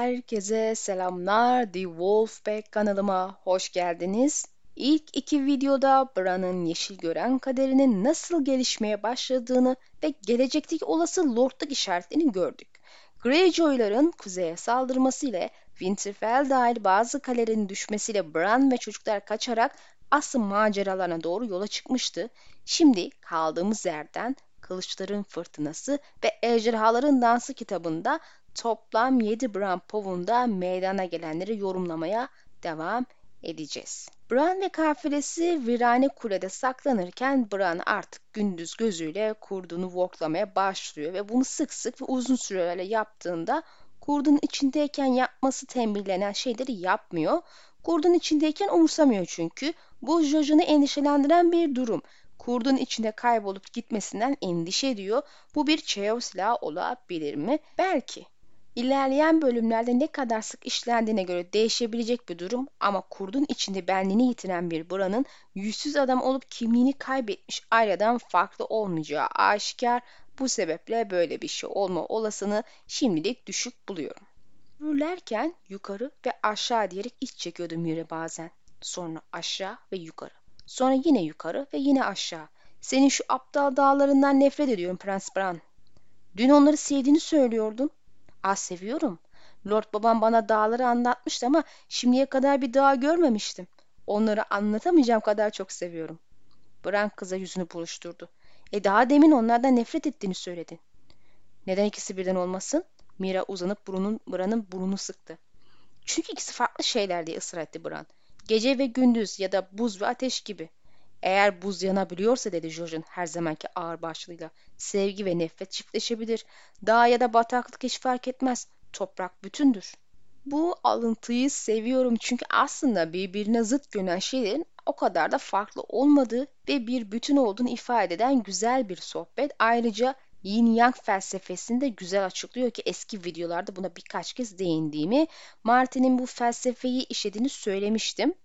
Herkese selamlar. The Wolfpack kanalıma hoş geldiniz. İlk iki videoda Bran'ın yeşil gören kaderinin nasıl gelişmeye başladığını ve gelecekteki olası lordluk işaretlerini gördük. Greyjoy'ların kuzeye saldırması ile Winterfell dahil bazı kalelerin düşmesiyle Bran ve çocuklar kaçarak asıl maceralarına doğru yola çıkmıştı. Şimdi kaldığımız yerden Kılıçların Fırtınası ve Ejderhaların Dansı kitabında toplam 7 Bran povunda meydana gelenleri yorumlamaya devam edeceğiz. Bran ve kafilesi Virane Kule'de saklanırken Bran artık gündüz gözüyle kurdunu worklamaya başlıyor ve bunu sık sık ve uzun sürelerle yaptığında kurdun içindeyken yapması tembihlenen şeyleri yapmıyor. Kurdun içindeyken umursamıyor çünkü. Bu Jojen'ı endişelendiren bir durum. Kurdun içinde kaybolup gitmesinden endişe ediyor. Bu bir Çeo silahı olabilir mi? Belki. İlerleyen bölümlerde ne kadar sık işlendiğine göre değişebilecek bir durum ama kurdun içinde benliğini yitiren bir Bran'ın yüzsüz adam olup kimliğini kaybetmiş Arya'dan farklı olmayacağı aşikar. Bu sebeple böyle bir şey olma olasılığını şimdilik düşük buluyorum. Yürürlerken yukarı ve aşağı diyerek iç çekiyordu Mire bazen. Sonra aşağı ve yukarı. Sonra yine yukarı ve yine aşağı. Senin şu aptal dağlarından nefret ediyorum Prens Bran. Dün onları sevdiğini söylüyordun. Seviyorum. Lord babam bana dağları anlatmıştı ama şimdiye kadar bir dağ görmemiştim. Onları anlatamayacağım kadar çok seviyorum. Bran kıza yüzünü buruşturdu. Daha demin onlardan nefret ettiğini söyledin. Neden ikisi birden olmasın? Mira uzanıp Bran'ın burnunu sıktı. Çünkü ikisi farklı şeyler diye ısrar etti Bran. Gece ve gündüz ya da buz ve ateş gibi. Eğer buz yanabiliyorsa dedi Jojen her zamanki ağırbaşlılığıyla. Sevgi ve nefret çiftleşebilir. Dağ ya da bataklık hiç fark etmez. Toprak bütündür. Bu alıntıyı seviyorum çünkü aslında birbirine zıt görünen şeylerin o kadar da farklı olmadığı ve bir bütün olduğunu ifade eden güzel bir sohbet. Ayrıca Yin Yang felsefesini de güzel açıklıyor ki eski videolarda buna birkaç kez değindiğimi, Martin'in bu felsefeyi işlediğini söylemiştim.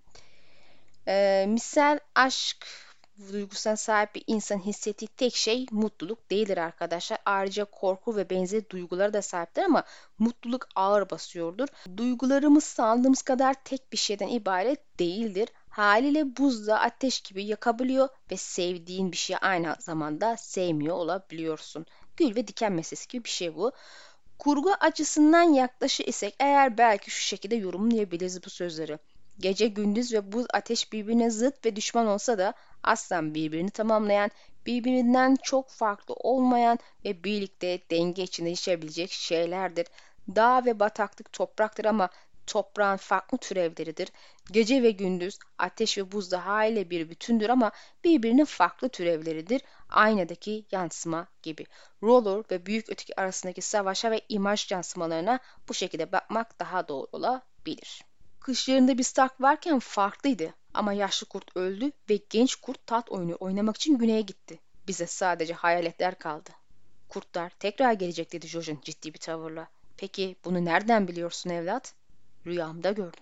Misal aşk duygusuna sahip bir insan hissettiği tek şey mutluluk değildir arkadaşlar. Ayrıca korku ve benzeri duygulara da sahiptir ama mutluluk ağır basıyordur. Duygularımız sandığımız kadar tek bir şeyden ibaret değildir. Haliyle buzla ateş gibi yakabiliyor ve sevdiğin bir şeyi aynı zamanda sevmiyor olabiliyorsun. Gül ve diken meselesi gibi bir şey bu. Kurgu açısından yaklaşır isek eğer belki şu şekilde yorumlayabiliriz bu sözleri. Gece gündüz ve buz ateş birbirine zıt ve düşman olsa da aslen birbirini tamamlayan, birbirinden çok farklı olmayan ve birlikte denge içinde yaşayabilecek şeylerdir. Dağ ve bataklık topraktır ama toprağın farklı türevleridir. Gece ve gündüz, ateş ve buz da haliyle bir bütündür ama birbirinin farklı türevleridir. Aynadaki yansıma gibi. Roller ve büyük öteki arasındaki savaşa ve imaj yansımalarına bu şekilde bakmak daha doğru olabilir. Kışlarında bir Stark varken farklıydı ama yaşlı kurt öldü ve genç kurt taht oyunu oynamak için güneye gitti. Bize sadece hayaletler kaldı. Kurtlar tekrar gelecek dedi Jojen ciddi bir tavırla. Peki bunu nereden biliyorsun evlat? Rüyamda gördüm.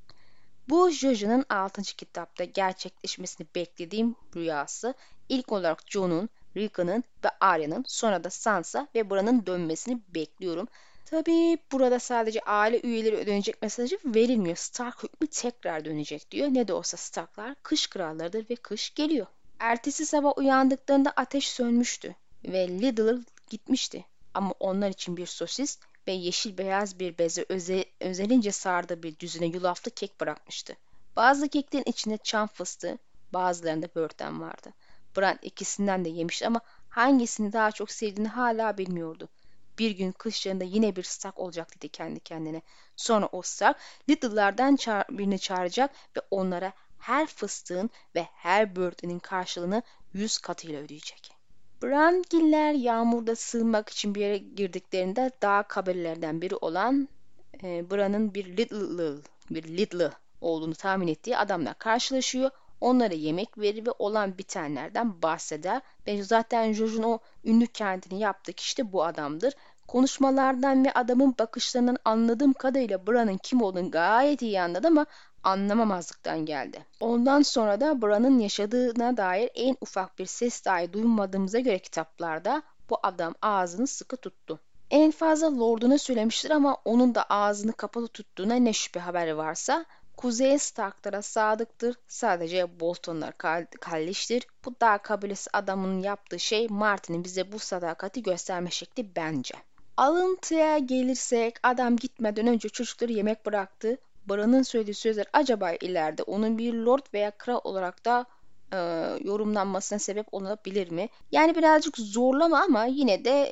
Bu Jojen'ın 6. kitapta gerçekleşmesini beklediğim rüyası ilk olarak Jon'un, Rickon'ın ve Arya'nın sonra da Sansa ve Bran'ın dönmesini bekliyorum. Tabii burada sadece aile üyeleri ödenecek mesajı verilmiyor. Stark hükmü tekrar dönecek diyor. Ne de olsa Starklar kış krallarıdır ve kış geliyor. Ertesi sabah uyandıklarında ateş sönmüştü ve Liddell gitmişti. Ama onlar için bir sosis ve yeşil beyaz bir beze özelince sardığı bir düzine yulaflı kek bırakmıştı. Bazı keklerin içinde çam fıstığı, bazılarında böğürtlen vardı. Bran ikisinden de yemişti ama hangisini daha çok sevdiğini hala bilmiyordu. Bir gün kışlarında yine bir Stark olacak dedi kendi kendine. Sonra o Stark Little'lardan birini çağıracak ve onlara her fıstığın ve her böğürtlenin karşılığını 100 katıyla ödeyecek. Brandgiller yağmurda sığınmak için bir yere girdiklerinde dağ kabilelerden biri olan Bran'ın bir Little'ı olduğunu tahmin ettiği adamla karşılaşıyor. Onlara yemek verir ve olan bitenlerden bahseder. Ve zaten Jojen o ünlü kentini yaptığı kişi de bu adamdır. Konuşmalardan ve adamın bakışlarından anladığım kadarıyla Bran'ın kim olduğunu gayet iyi anladı ama anlamamazlıktan geldi. Ondan sonra da Bran'ın yaşadığına dair en ufak bir ses dahi duymadığımıza göre kitaplarda bu adam ağzını sıkı tuttu. En fazla Lord'una söylemiştir ama onun da ağzını kapalı tuttuğuna ne şüphe haberi varsa Kuzey Stark'lara sadıktır. Sadece Boltonlar kalleştir. Bu dağ kabilesi adamının yaptığı şey Martin'in bize bu sadakati gösterme şekli bence. Alıntıya gelirsek adam gitmeden önce çocukları yemek bıraktı. Bran'ın söylediği sözler acaba ileride onun bir lord veya kral olarak da yorumlanmasına sebep olabilir mi? Yani birazcık zorlama ama yine de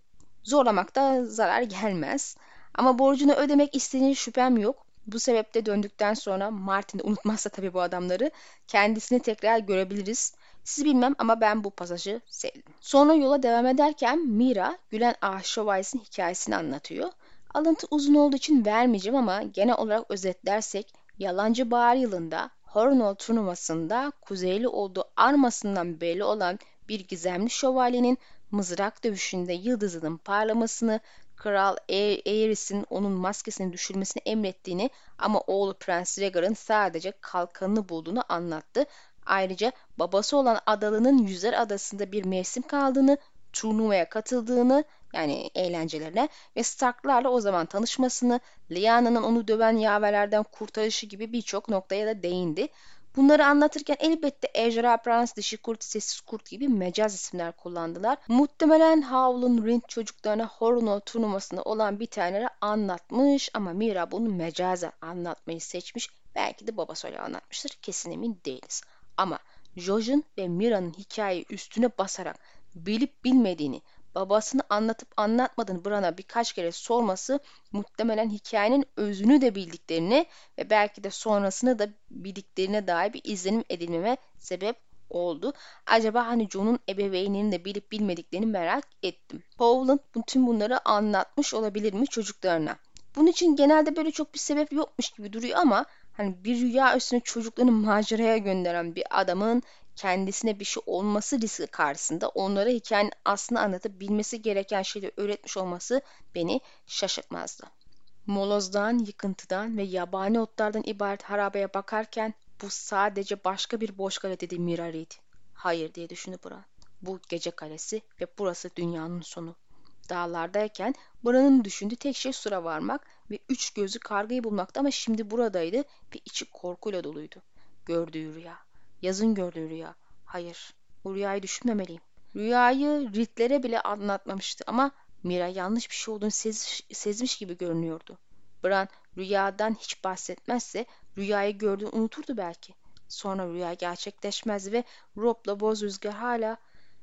zorlamakta zarar gelmez. Ama borcunu ödemek istediğine şüphem yok. Bu sebeple döndükten sonra Martin de unutmazsa tabii bu adamları kendisini tekrar görebiliriz. Sizi bilmem ama ben bu pasajı sevdim. Sonra yola devam ederken Mira Gülen Ağa Şövalyesi'nin hikayesini anlatıyor. Alıntı uzun olduğu için vermeyeceğim ama genel olarak özetlersek Yalancı Bahar yılında Hornwall turnuvasında kuzeyli olduğu armasından belli olan bir gizemli şövalyenin mızrak dövüşünde yıldızının parlamasını, Kral Aerys'in onun maskesini düşürmesini emrettiğini ama oğlu Prens Rhaegar'ın sadece kalkanını bulduğunu anlattı. Ayrıca babası olan Adalı'nın Yüzler Adası'nda bir mevsim kaldığını, turnuvaya katıldığını yani eğlencelerine ve Stark'larla o zaman tanışmasını, Lyana'nın onu döven yaverlerden kurtarışı gibi birçok noktaya da değindi. Bunları anlatırken elbette Ejderha Prens, Dişi Kurt, Sessiz Kurt gibi mecaz isimler kullandılar. Muhtemelen Howl'un Rind çocuklarına Hornwall turnuvasında olan bitenleri anlatmış ama Mira bunu mecazen anlatmayı seçmiş. Belki de babası öyle anlatmıştır. Kesin emin değiliz. Ama Jojen ve Mira'nın hikayeyi üstüne basarak bilip bilmediğini, babasını anlatıp anlatmadığını Bran'a birkaç kere sorması muhtemelen hikayenin özünü de bildiklerini ve belki de sonrasını da bildiklerine dair bir izlenim edinmeme sebep oldu. Acaba hani Jon'un ebeveynlerini de bilip bilmediklerini merak ettim. Howland bütün bunları anlatmış olabilir mi çocuklarına? Bunun için genelde böyle çok bir sebep yokmuş gibi duruyor ama hani bir rüya üstüne çocuklarını maceraya gönderen bir adamın kendisine bir şey olması riski karşısında onlara hikayenin aslını anlatıp bilmesi gereken şeyleri öğretmiş olması beni şaşırtmazdı. Molozdan, yıkıntıdan ve yabani otlardan ibaret harabeye bakarken bu sadece başka bir boş kale dedi Mira Reed. Hayır diye düşündü Bran. Bu gece kalesi ve burası dünyanın sonu. Dağlardayken Bran'ın düşündüğü tek şey Sur'a varmak ve üç gözlü kargayı bulmaktı ama şimdi buradaydı ve içi korkuyla doluydu. Gördüğü rüya. Yazın gördüğü rüya. Hayır, bu rüyayı düşünmemeliyim. Rüyayı Reed'lere bile anlatmamıştı ama Mira yanlış bir şey olduğunu sezmiş gibi görünüyordu. Bran rüyadan hiç bahsetmezse rüyayı gördüğünü unuturdu belki. Sonra rüya gerçekleşmez ve Rob'la Boz Rüzgar hala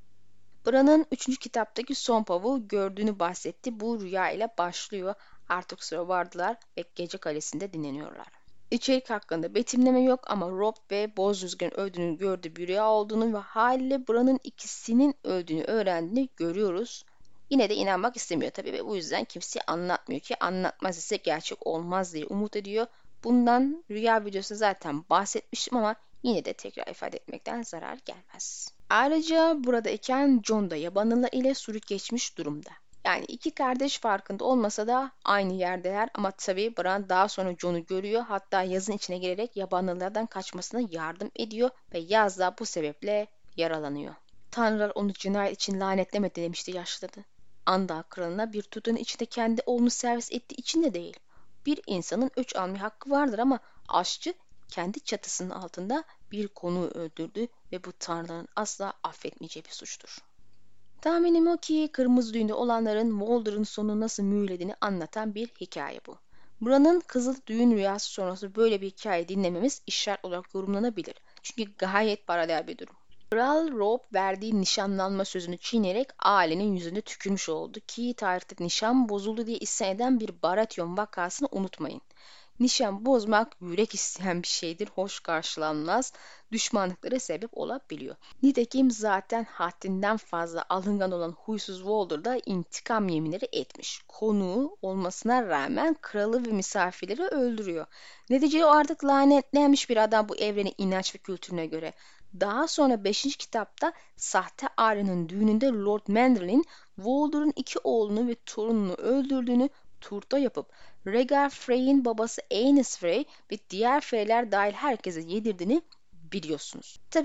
Bran'ın 3. kitaptaki son pavu gördüğünü bahsetti. Bu rüya ile başlıyor. Artık sıra vardılar ve gece kalesinde dinleniyorlar. İçerik hakkında betimleme yok ama Robb ve Boz Rüzgar'ın öldüğünü gördüğü bir rüya olduğunu ve haliyle Bran'ın ikisinin öldüğünü öğrendiğini görüyoruz. Yine de inanmak istemiyor tabii ve bu yüzden kimseye anlatmıyor ki anlatmaz ise gerçek olmaz diye umut ediyor. Bundan rüya videosu zaten bahsetmiştim ama yine de tekrar ifade etmekten zarar gelmez. Ayrıca buradayken Jon da yabanlılar ile sürük geçmiş durumda. Yani iki kardeş farkında olmasa da aynı yerdeler ama tabii Bran daha sonra Jon'u görüyor hatta yazın içine girerek yabanlılardan kaçmasına yardım ediyor ve Yaz da bu sebeple yaralanıyor. Tanrılar onu cinayet için lanetlemedi demişti yaşlıdı. Andal kralına bir tutanın içinde kendi oğlunu servis ettiği için de değil. Bir insanın öç alma hakkı vardır ama aşçı kendi çatısının altında bir konuğu öldürdü ve bu tanrıların asla affetmeyeceği bir suçtur. Tahminim o ki Kırmızı Düğün'de olanların Walder'ın sonu nasıl mühürlediğini anlatan bir hikaye bu. Bran'ın Kızıl Düğün rüyası sonrası böyle bir hikaye dinlememiz işaret olarak yorumlanabilir. Çünkü gayet paralel bir durum. Kral Robb verdiği nişanlanma sözünü çiğneyerek ailenin yüzünde tükürmüş oldu ki tarihte nişan bozuldu diye isyan eden bir Baratheon vakasını unutmayın. Nişan bozmak yürek isteyen bir şeydir, hoş karşılanmaz, düşmanlıklara sebep olabiliyor. Nitekim zaten haddinden fazla alıngan olan huysuz Walder da intikam yeminleri etmiş. Konuğu olmasına rağmen kralı ve misafirleri öldürüyor. Neticede o artık lanetlenmiş bir adam bu evrenin inanç ve kültürüne göre. Daha sonra 5. kitapta sahte Arya'nın düğününde Lord Manderley'in Walder'ın 2 oğlunu ve torununu öldürdüğünü turta yapıp Rhaegar Frey'in babası Aenys Frey ve diğer Freyler dahil herkese yedirdiğini biliyorsunuz. Tabi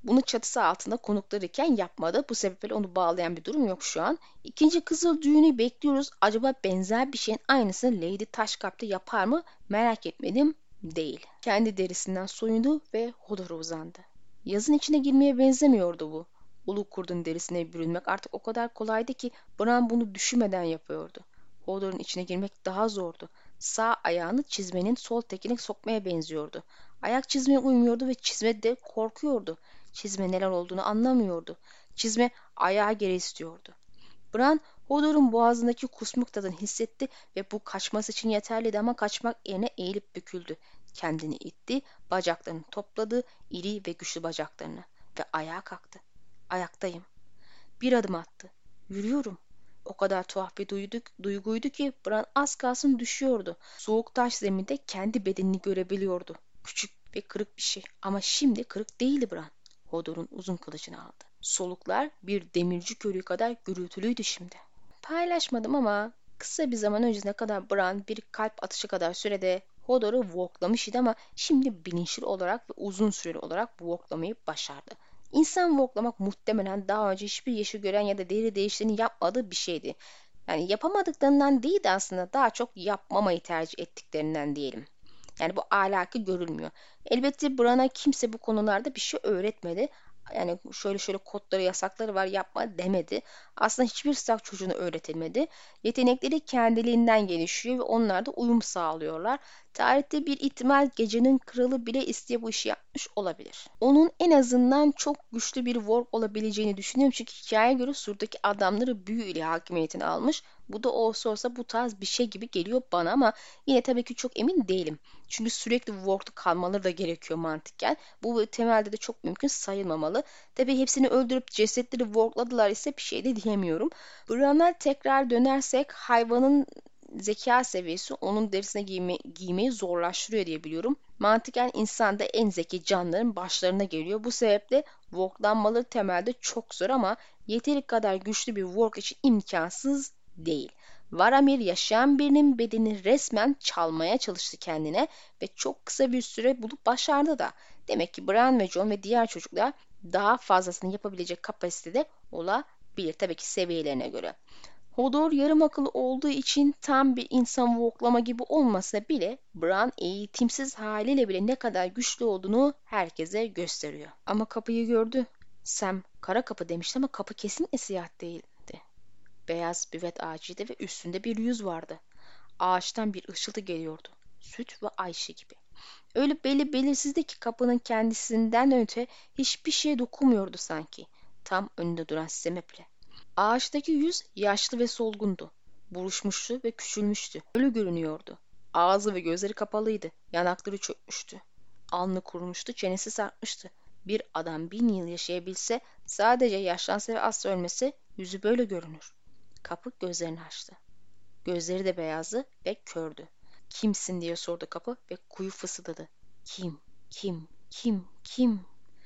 Bunu çatısı altında konukları iken yapmadı. Bu sebeple onu bağlayan bir durum yok şu an. İkinci kızıl düğünü bekliyoruz. Acaba benzer bir şeyin aynısını Lady Taşkalp'te yapar mı? Merak etmedim. Değil. Kendi derisinden soyundu ve Hodor'a uzandı. Yazın içine girmeye benzemiyordu bu. Ulu kurdun derisine bürünmek artık o kadar kolaydı ki Bran bunu düşünmeden yapıyordu. Hodor'un içine girmek daha zordu. Sağ ayağını çizmenin sol tekine sokmaya benziyordu. Ayak çizmeye uymuyordu ve çizme de korkuyordu. Çizme neler olduğunu anlamıyordu. Çizme ayağı geri istiyordu. Bran, Hodor'un boğazındaki kusmuk tadını hissetti ve bu kaçması için yeterliydi ama kaçmak yerine eğilip büküldü. Kendini itti, bacaklarını topladı, iri ve güçlü bacaklarını ve ayağa kalktı. Ayaktayım. Bir adım attı. Yürüyorum. O kadar tuhaf bir duyguydu ki Bran az kalsın düşüyordu. Soğuk taş zeminde kendi bedenini görebiliyordu. Küçük ve kırık bir şey ama şimdi kırık değildi Bran. Hodor'un uzun kılıcını aldı. Soluklar bir demirci körüğü kadar gürültülüydü şimdi. Paylaşmadım ama kısa bir zaman öncesine kadar Bran bir kalp atışı kadar sürede Hodor'u walklamış idi ama şimdi bilinçli olarak ve uzun süreli olarak bu walklamayı başardı. İnsan walklamak muhtemelen daha önce hiçbir yaşı gören ya da deri değiştiğini yapmadığı bir şeydi. Yani yapamadıklarından değil de aslında daha çok yapmamayı tercih ettiklerinden diyelim. Yani bu ahlaki görülmüyor. Elbette Bran'a kimse bu konularda bir şey öğretmedi. Yani şöyle şöyle kodları, yasakları var yapma demedi. Aslında hiçbir saf çocuğuna öğretilmedi. Yetenekleri kendiliğinden gelişiyor ve onlar da uyum sağlıyorlar. Tarihte bir ihtimal gecenin kralı bile isteye bu işi yapmış olabilir. Onun en azından çok güçlü bir warg olabileceğini düşünüyorum. Çünkü hikayeye göre surdaki adamları büyü ile hakimiyetini almış. Bu da olsa bu tarz bir şey gibi geliyor bana ama yine tabii ki çok emin değilim. Çünkü sürekli warg'da kalmaları da gerekiyor mantıken. Bu temelde de çok mümkün sayılmamalı. Tabii hepsini öldürüp cesetleri wargladılar ise bir şey de diyemiyorum. Bran'a tekrar dönersek hayvanın zeka seviyesi onun derisine giymeyi zorlaştırıyor diye biliyorum. Mantıken insan da en zeki canlıların başlarına geliyor. Bu sebeple warglanmaları temelde çok zor ama yeteri kadar güçlü bir warg için imkansız değil. Varamir yaşayan birinin bedenini resmen çalmaya çalıştı kendine ve çok kısa bir süre bulup başardı da. Demek ki Bran ve Jon ve diğer çocuklar daha fazlasını yapabilecek kapasitede olabilir. Tabii ki seviyelerine göre. Hodor yarım akıllı olduğu için tam bir insan woklama gibi olmasa bile Bran eğitimsiz haliyle bile ne kadar güçlü olduğunu herkese gösteriyor. Ama kapıyı gördü. Sam kara kapı demişti ama kapı kesinlikle siyah değildi. Beyaz büvet ağacıydı ve üstünde bir yüz vardı. Ağaçtan bir ışıltı geliyordu. Süt ve Ayşe gibi. Öyle belirsizdi ki kapının kendisinden öte hiçbir şeye dokunmuyordu sanki. Tam önünde duran Semep'le. Ağaçtaki yüz yaşlı ve solgundu. Buruşmuştu ve küçülmüştü. Ölü görünüyordu. Ağzı ve gözleri kapalıydı. Yanakları çökmüştü. Alnı kurumuştu, çenesi sarkmıştı. Bir adam 1000 yıl yaşayabilse, sadece yaşlansa ve asla ölmese yüzü böyle görünür. Kapı gözlerini açtı. Gözleri de beyazdı ve kördü. Kimsin diye sordu kapı ve kuyu fısıldadı. Kim, kim, kim, kim?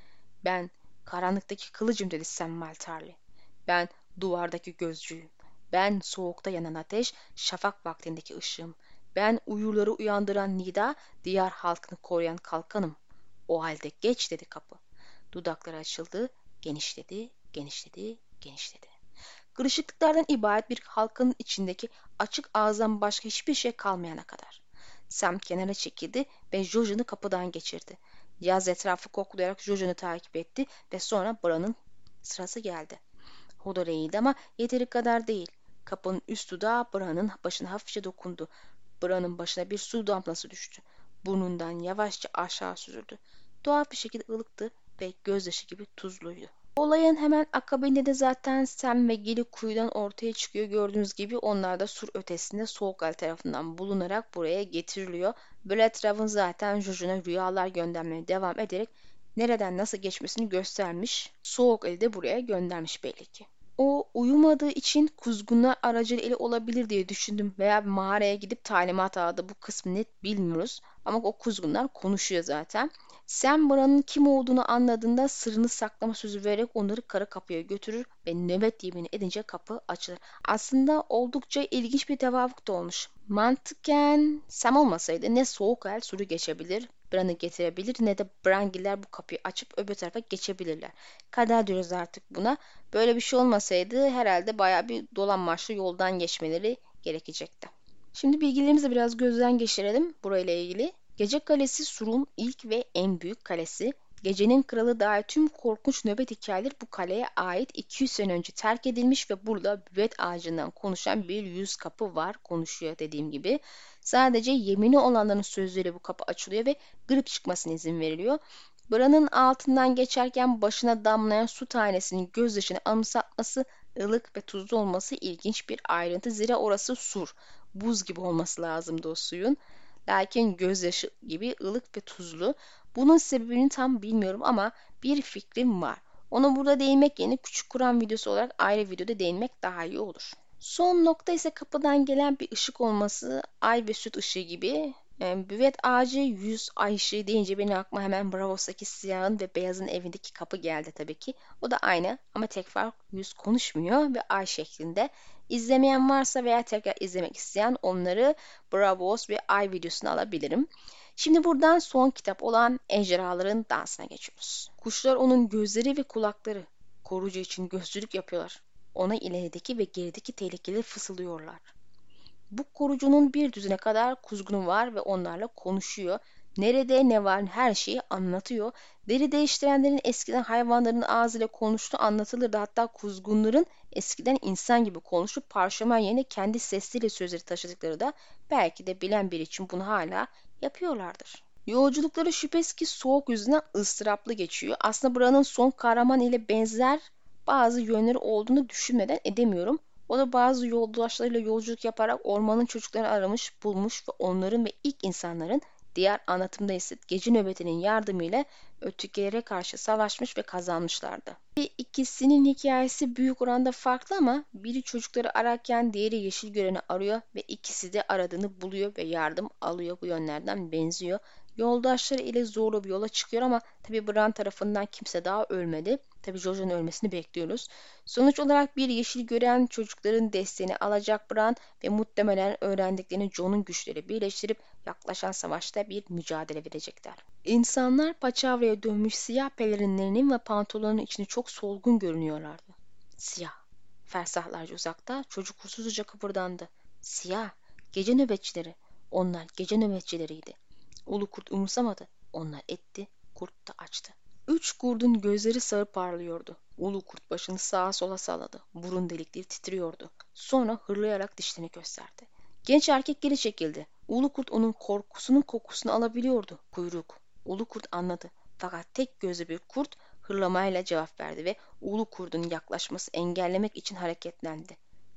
Ben karanlıktaki kılıcım dedi Sam Maltarly. Ben duvardaki gözcüyüm. Ben soğukta yanan ateş, şafak vaktindeki ışığım. Ben uyurları uyandıran nida, diyar halkını koruyan kalkanım. O halde geç dedi kapı. Dudakları açıldı, genişledi, genişledi, genişledi. Kırışıklıklardan ibaret bir halkanın içindeki açık ağızdan başka hiçbir şey kalmayana kadar. Sam kenara çekildi ve Jojen'ı kapıdan geçirdi. Yaz etrafı koklayarak Jojen'ı takip etti ve sonra Bran'ın sırası geldi. Hodor eğildi ama yeteri kadar değil. Kapının üst dudağı Bran'ın başına hafifçe dokundu. Bran'ın başına bir su damlası düştü. Burnundan yavaşça aşağı süzüldü. Tuhaf bir şekilde ılıktı ve gözyaşı gibi tuzluydu. Olayın hemen akabinde de zaten Sam ve Gilly kuyudan ortaya çıkıyor. Gördüğünüz gibi onlar da sur ötesinde Soğukal tarafından bulunarak buraya getiriliyor. Bloodhaven zaten Jojen'a rüyalar göndermeye devam ederek nereden nasıl geçmesini göstermiş. Soğukal'i de buraya göndermiş belli ki. O uyumadığı için kuzgunlar aracılığıyla eli olabilir diye düşündüm veya mağaraya gidip talimat aldı. Bu kısmı net bilmiyoruz ama o kuzgunlar konuşuyor zaten. Sam Bran'ın kim olduğunu anladığında sırrını saklama sözü vererek onları kara kapıya götürür ve nöbet yemin edince kapı açılır. Aslında oldukça ilginç bir tevafuk da olmuş. Mantıken Sam olmasaydı ne Soğukal suru geçebilir Bran'ı getirebilir ne de Brangiller bu kapıyı açıp öbür tarafa geçebilirler. Kader diyoruz artık buna. Böyle bir şey olmasaydı herhalde bayağı bir dolanmaçlı yoldan geçmeleri gerekecekti. Şimdi bilgilerimizi biraz gözden geçirelim burayla ilgili. Gece Kalesi Sur'un ilk ve en büyük kalesi. Gecenin Kralı dair tüm korkunç nöbet hikayeleri bu kaleye ait 200 sene önce terk edilmiş ve burada büvet ağacından konuşan bir yüz kapı var, konuşuyor dediğim gibi. Sadece yemini olanların sözleriyle bu kapı açılıyor ve grip çıkmasına izin veriliyor. Bran'ın altından geçerken başına damlayan su tanesinin gözyaşını anımsatması, ılık ve tuzlu olması ilginç bir ayrıntı. Zira orası sur. Buz gibi olması lazımdı o suyun. Lakin gözyaşı gibi ılık ve tuzlu. Bunun sebebini tam bilmiyorum ama bir fikrim var. Ona burada değinmek yerine küçük Kur'an videosu olarak ayrı videoda değinmek daha iyi olur. Son nokta ise kapıdan gelen bir ışık olması, ay ve süt ışığı gibi. Büvet ağacı, yüz ay ışığı deyince benim aklıma hemen Bravos'taki siyahın ve beyazın evindeki kapı geldi tabii ki. O da aynı ama tek fark yüz konuşmuyor ve ay şeklinde. İzlemeyen varsa veya tekrar izlemek isteyen onları Bravos ve ay videosunu alabilirim. Şimdi buradan son kitap olan Ejderhaların Dansına geçiyoruz. Kuşlar onun gözleri ve kulakları. Korucu için gözcülük yapıyorlar. Ona ilerideki ve gerideki tehlikeleri fısıldıyorlar. Bu korucunun bir düzine kadar kuzgunu var ve onlarla konuşuyor. Nerede ne var her şeyi anlatıyor. Deri değiştirenlerin eskiden hayvanların ağzıyla konuştuğu anlatılırdı. Hatta kuzgunların eskiden insan gibi konuşup parşömen yerine kendi sesleriyle sözleri taşıdıkları da belki de bilen biri için bunu hala yapıyorlardır. Yolculukları şüphesiz ki soğuk yüzünden ıstıraplı geçiyor. Aslında buranın son kahraman ile benzer bazı yönleri olduğunu düşünmeden edemiyorum. O da bazı yoldaşlarıyla yolculuk yaparak ormanın çocuklarını aramış, bulmuş ve onların ve ilk insanların diğer anlatımda ise gece nöbetinin yardımıyla ötekilere karşı savaşmış ve kazanmışlardı. İkisinin hikayesi büyük oranda farklı ama biri çocukları ararken diğeri yeşil göreni arıyor ve ikisi de aradığını buluyor ve yardım alıyor. Bu yönlerden benziyor. Yoldaşları ile zorlu bir yola çıkıyor ama tabii Bran tarafından kimse daha ölmedi. Tabii Jojo'nun ölmesini bekliyoruz. Sonuç olarak bir yeşil gören çocukların desteğini alacak Bran ve muhtemelen öğrendiklerini Jon'un güçleri birleştirip yaklaşan savaşta bir mücadele verecekler. İnsanlar paçavraya dönmüş siyah pelerinlerinin ve pantolonun içinde çok solgun görünüyorlardı. Siyah. Fersahlarca uzakta çocuk huysuzca kıpırdandı. Siyah. Gece nöbetçileri. Onlar gece nöbetçileriydi. Ulu kurt umursamadı. Onlar etti. Kurt da açtı. Üç kurdun gözleri sarı parlıyordu. Ulu kurt başını sağa sola salladı. Burun delikleri titriyordu. Sonra hırlayarak dişlerini gösterdi. Genç erkek geri çekildi. Ulu kurt onun korkusunun kokusunu alabiliyordu. Kuyruk. Ulu kurt anladı. Fakat tek gözlü bir kurt hırlamayla cevap verdi ve ulu kurdun yaklaşması engellemek için hareketlendi.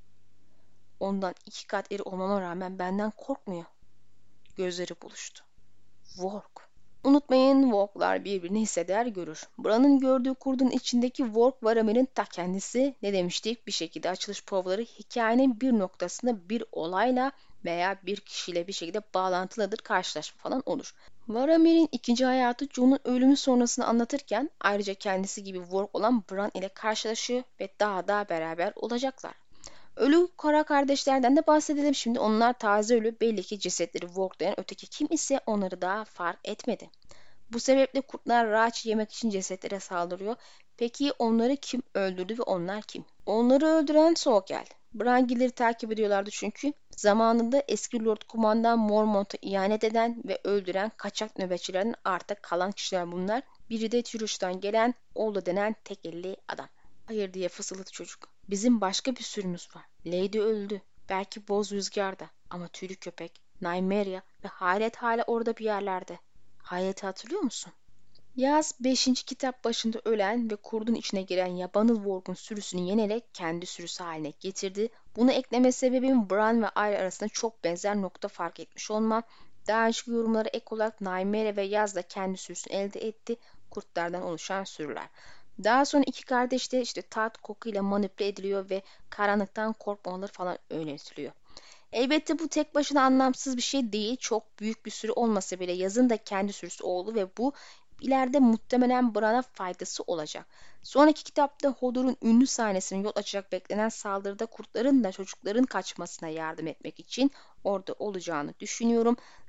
Ondan 2 kat iri olmama rağmen benden korkmuyor. Gözleri buluştu. Vork. Unutmayın, Vork'lar birbirini hisseder görür. Bran'ın gördüğü kurdun içindeki Vork Varamir'in ta kendisi. Ne demiştik? Bir şekilde açılış provaları hikayenin bir noktasında bir olayla veya bir kişiyle bir şekilde bağlantılıdır, karşılaşma falan olur. Varamir'in ikinci hayatı Jon'un ölümü sonrasını anlatırken ayrıca kendisi gibi Vork olan Bran ile karşılaşıyor ve daha da beraber olacaklar. Ölü kara kardeşlerden de bahsedelim şimdi. Onlar taze ölü, belli ki cesetleri worklayan öteki kim ise onları daha fark etmedi. Bu sebeple kurtlar raç yemek için cesetlere saldırıyor. Peki onları kim öldürdü ve onlar kim? Onları öldüren Soğukgel. Brangilleri takip ediyorlardı çünkü zamanında eski Lord Kumandan Mormont'a ihanet eden ve öldüren kaçak nöbetçilerin artık kalan kişiler bunlar. Biri de Tyrus'tan gelen Oldu denen tek elli adam. Hayır diye fısıldadı çocuk. Bizim başka bir sürümüz var. Lady öldü. Belki Boz Rüzgar'da. Ama tüylü köpek, Nymeria ve Hayret hala orada bir yerlerde. Hayret'i hatırlıyor musun? Yaz 5. kitap başında ölen ve kurdun içine giren yabanıl Worg'un sürüsünü yenerek kendi sürüsü haline getirdi. Bunu ekleme sebebim Bran ve Arya arasında çok benzer nokta fark etmiş olmam. Daha önceki yorumlara ek olarak Nymeria ve Yaz da kendi sürüsünü elde etti. Kurtlardan oluşan sürüler. Daha sonra iki kardeş de işte tat kokuyla manipüle ediliyor ve karanlıktan korkmamaları falan öğretiliyor. Elbette bu tek başına anlamsız bir şey değil. Çok büyük bir sürü olmasa bile yazın da kendi sürüsü oldu ve bu ileride muhtemelen Bran'a faydası olacak. Sonraki kitapta Hodor'un ünlü sahnesinin yol açacak beklenen saldırıda kurtların da çocukların kaçmasına yardım etmek için orada olacağını düşünüyorum.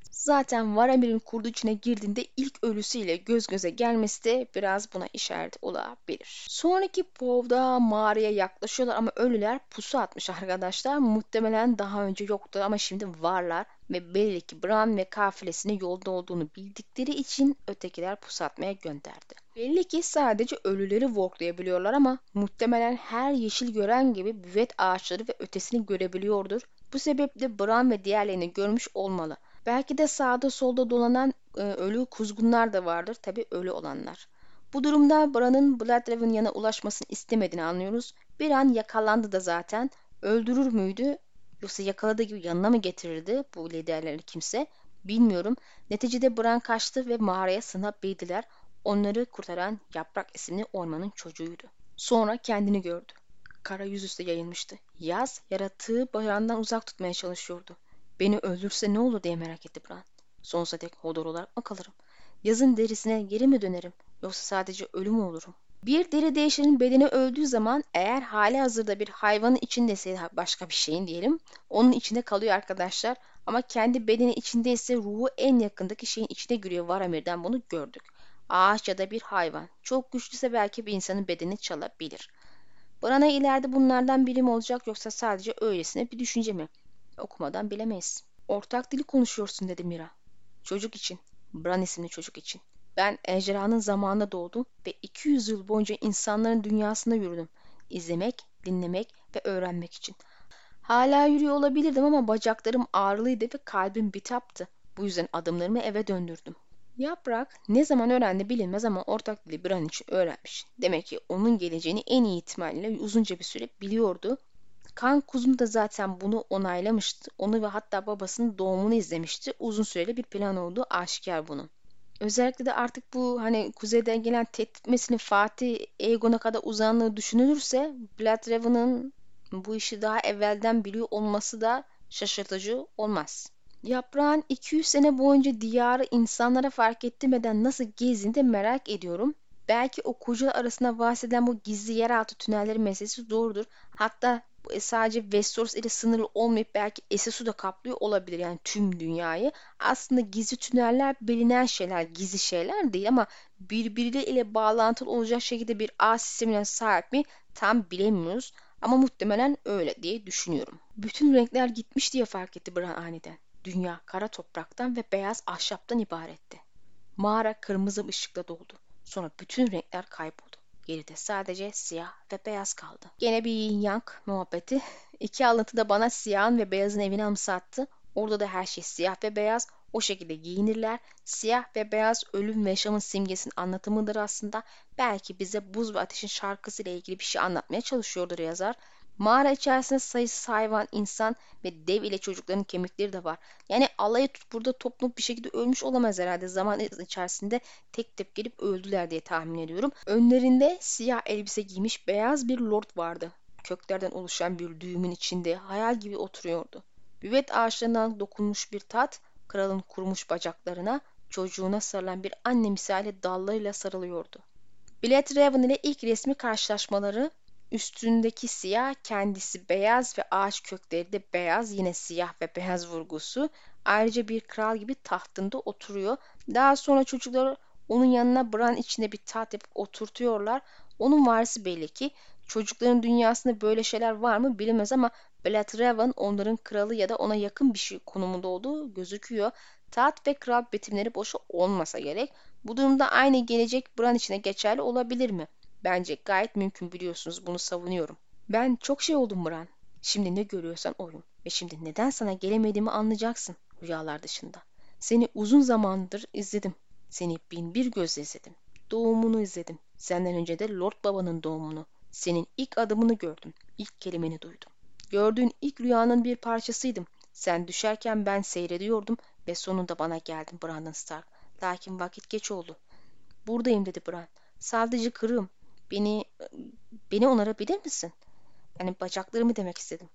Zaten Varamir'in kurdu içine girdiğinde ilk ölüsüyle göz göze gelmesi de biraz buna işaret olabilir. Sonraki povda mağaraya yaklaşıyorlar ama ölüler pusu atmış arkadaşlar. Muhtemelen daha önce yoktu ama şimdi varlar ve belli ki Bran ve kafilesinin yolda olduğunu bildikleri için ötekiler pusu atmaya gönderdi. Belli ki sadece ölüleri worklayabiliyorlar ama muhtemelen her yeşil gören gibi büvet ağaçları ve ötesini görebiliyordur. Bu sebeple Bran ve diğerlerini görmüş olmalı. Belki de sağda solda dolanan ölü kuzgunlar da vardır. Tabii ölü olanlar. Bu durumda Bran'ın Bloodraven yana ulaşmasını istemediğini anlıyoruz. Bir an yakalandı da zaten. Öldürür müydü? Yoksa yakaladığı gibi yanına mı getirirdi bu liderleri kimse? Bilmiyorum. Neticede Bran kaçtı ve mağaraya sığınabildiler. Onları kurtaran Yaprak isimli ormanın çocuğuydu. Sonra kendini gördü. Kara yüzüstü yayılmıştı. Yaz, yaratığı bayrağından uzak tutmaya çalışıyordu. Beni öldürse ne olur diye merak etti Bran. Sonsuza dek Hodor olarak mı kalırım? Yazın derisine geri mi dönerim? Yoksa sadece ölü mü olurum? Bir deri değişenin bedeni öldüğü zaman eğer hali hazırda bir hayvanın içindeyse başka bir şeyin diyelim onun içinde kalıyor arkadaşlar. Ama kendi bedeni içindeyse ruhu en yakındaki şeyin içine giriyor. Varamir'den bunu gördük. Ağaç ya da bir hayvan. Çok güçlüyse belki bir insanın bedenini çalabilir. Bran'a ileride bunlardan biri mi olacak yoksa sadece öylesine bir düşünce mi? Okumadan bilemeyiz. Ortak dili konuşuyorsun dedi Mira. Çocuk için. Bran isimli çocuk için. Ben ejderhanın zamanında doğdum ve 200 yıl boyunca insanların dünyasında yürüdüm. İzlemek, dinlemek ve öğrenmek için. Hala yürüyor olabilirdim ama bacaklarım ağrılıydı ve kalbim bitaptı. Bu yüzden adımlarımı eve döndürdüm. Yaprak ne zaman öğrendi bilinmez ama ortak dili Bran için öğrenmiş. Demek ki onun geleceğini en iyi ihtimalle uzunca bir süre biliyordu. Kan Kuzum da zaten bunu onaylamıştı. Onu ve hatta babasının doğumunu izlemişti. Uzun süreli bir plan olduğu aşikar bunun. Özellikle de artık bu hani kuzeyden gelen tehdit meselesinin Fatih Aegon'a kadar uzandığı düşünülürse Bloodraven'ın bu işi daha evvelden biliyor olması da şaşırtıcı olmaz. Yaprağın 200 sene boyunca diyarı insanlara fark ettirmeden nasıl gezdiğini de merak ediyorum. Belki okuyucular arasında bahsedilen bu gizli yeraltı tünelleri meselesi doğrudur. Hatta sadece Westeros ile sınırlı olmayıp belki Essos da kaplıyor olabilir yani tüm dünyayı. Aslında gizli tüneller bilinen şeyler, gizli şeyler değil ama birbiriyle bağlantılı olacak şekilde bir ağ sistemine sahip mi tam bilemiyoruz. Ama muhtemelen öyle diye düşünüyorum. Bütün renkler gitmiş diye fark etti Bran aniden. Dünya kara topraktan ve beyaz ahşaptan ibaretti. Mağara kırmızı ışıkla doldu. Sonra bütün renkler kayboldu. Geride sadece siyah ve beyaz kaldı. Gene bir yin yang muhabbeti. İki alıntı da bana siyahın ve beyazın evini anımsattı. Orada da her şey siyah ve beyaz. O şekilde giyinirler. Siyah ve beyaz ölüm ve yaşamın simgesinin anlatımıdır aslında. Belki bize Buz ve Ateş'in şarkısıyla ilgili bir şey anlatmaya çalışıyordur yazar. Mağara içerisinde sayısız hayvan, insan ve dev ile çocukların kemikleri de var. Yani alayı burada toplanıp bir şekilde ölmüş olamaz herhalde. Zaman içerisinde tek tek gelip öldüler diye tahmin ediyorum. Önlerinde siyah elbise giymiş beyaz bir lord vardı. Köklerden oluşan bir düğümün içinde hayal gibi oturuyordu. Büvet ağaçlarından dokunmuş bir tat, kralın kurumuş bacaklarına, çocuğuna sarılan bir anne misali dallarıyla sarılıyordu. Bloodraven ile ilk resmi karşılaşmaları üstündeki siyah, kendisi beyaz ve ağaç kökleri de beyaz, yine siyah ve beyaz vurgusu. Ayrıca bir kral gibi tahtında oturuyor. Daha sonra çocuklar onun yanına Bran içinde bir taht yapıp oturtuyorlar. Onun varisi belli ki. Çocukların dünyasında böyle şeyler var mı bilinmez ama Bloodraven onların kralı ya da ona yakın bir şey konumunda olduğu gözüküyor. Taht ve kral betimleri boşu olmasa gerek. Bu durumda aynı gelecek Bran içine geçerli olabilir mi? Bence gayet mümkün biliyorsunuz bunu savunuyorum. Ben çok şey oldum Bran. Şimdi ne görüyorsan oyum. Ve şimdi neden sana gelemediğimi anlayacaksın rüyalar dışında. Seni uzun zamandır izledim. Seni bin bir gözle izledim. Doğumunu izledim. Senden önce de Lord Baba'nın doğumunu. Senin ilk adımını gördüm. İlk kelimeni duydum. Gördüğün ilk rüyanın bir parçasıydım. Sen düşerken ben seyrediyordum ve sonunda bana geldin Brandon Stark. Lakin vakit geç oldu. Buradayım dedi Bran. Sadece kırığım. Beni beni onarabilir misin? Yani bacaklarımı demek istedim.